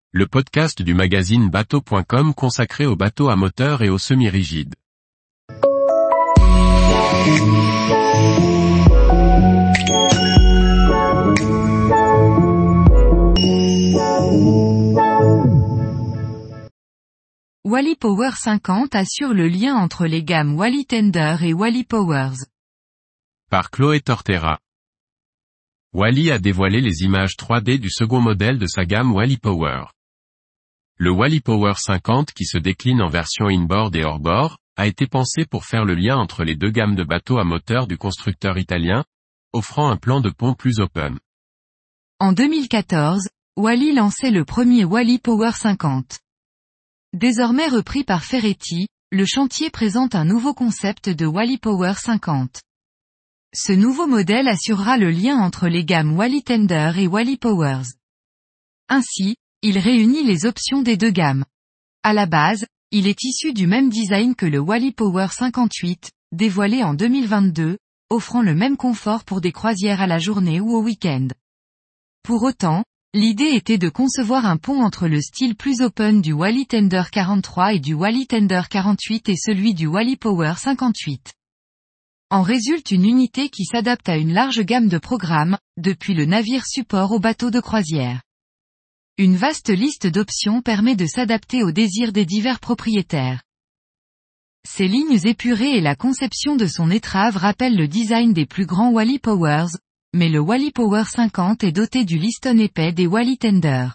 le podcast du magazine bateau.com consacré aux bateaux à moteur et aux semi-rigides. Wallypower 50 assure le lien entre les gammes Wally-Tender et Wallypowers. Par Chloé Tortera. Wally a dévoilé les images 3D du second modèle de sa gamme Wallypower. Le Wallypower 50 qui se décline en version inboard et hors-bord, a été pensé pour faire le lien entre les deux gammes de bateaux à moteur du constructeur italien, offrant un plan de pont plus open. En 2014, Wally lançait le premier Wallypower 50. Désormais repris par Ferretti, le chantier présente un nouveau concept de Wallypower 50. Ce nouveau modèle assurera le lien entre les gammes Wally-Tender et Wallypowers. Ainsi, il réunit les options des deux gammes. À la base, il est issu du même design que le Wallypower 58, dévoilé en 2022, offrant le même confort pour des croisières à la journée ou au week-end. Pour autant, l'idée était de concevoir un pont entre le style plus open du Wally-Tender 43 et du Wally-Tender 48 et celui du Wallypower 58. En résulte une unité qui s'adapte à une large gamme de programmes, depuis le navire support au bateau de croisière. Une vaste liste d'options permet de s'adapter aux désirs des divers propriétaires. Ses lignes épurées et la conception de son étrave rappellent le design des plus grands Wallypowers, mais le Wallypower 50 est doté du liston épais des Wally-Tender.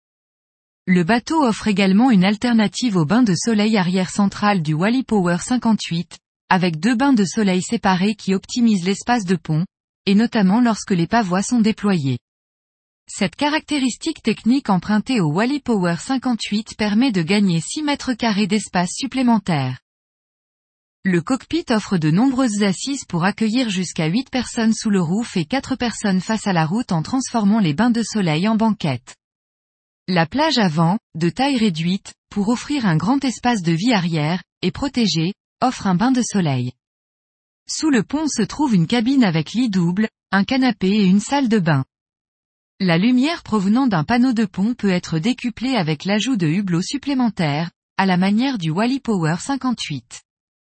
Le bateau offre également une alternative au bain de soleil arrière central du Wallypower 58, avec deux bains de soleil séparés qui optimisent l'espace de pont, et notamment lorsque les pavois sont déployés. Cette caractéristique technique empruntée au Wallypower 58 permet de gagner 6 mètres carrés d'espace supplémentaire. Le cockpit offre de nombreuses assises pour accueillir jusqu'à 8 personnes sous le roof et 4 personnes face à la route en transformant les bains de soleil en banquettes. La plage avant, de taille réduite, pour offrir un grand espace de vie arrière, et protégée, offre un bain de soleil. Sous le pont se trouve une cabine avec lit double, un canapé et une salle de bain. La lumière provenant d'un panneau de pont peut être décuplée avec l'ajout de hublots supplémentaires, à la manière du Wallypower 58.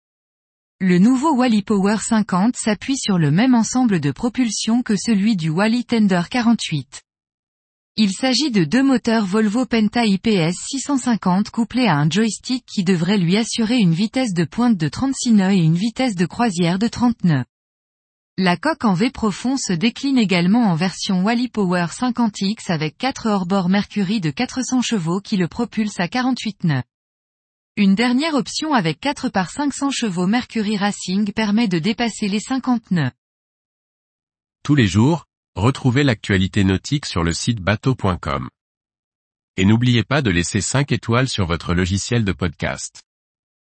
Le nouveau Wallypower 50 s'appuie sur le même ensemble de propulsion que celui du Wally-Tender 48. Il s'agit de deux moteurs Volvo Penta IPS 650 couplés à un joystick qui devrait lui assurer une vitesse de pointe de 36 nœuds et une vitesse de croisière de 30 nœuds. La coque en V profond se décline également en version Wallypower 50X avec 4 hors-bord Mercury de 400 chevaux qui le propulsent à 48 nœuds. Une dernière option avec 4 par 500 chevaux Mercury Racing permet de dépasser les 50 nœuds. Tous les jours, retrouvez l'actualité nautique sur le site bateau.com. Et n'oubliez pas de laisser 5 étoiles sur votre logiciel de podcast.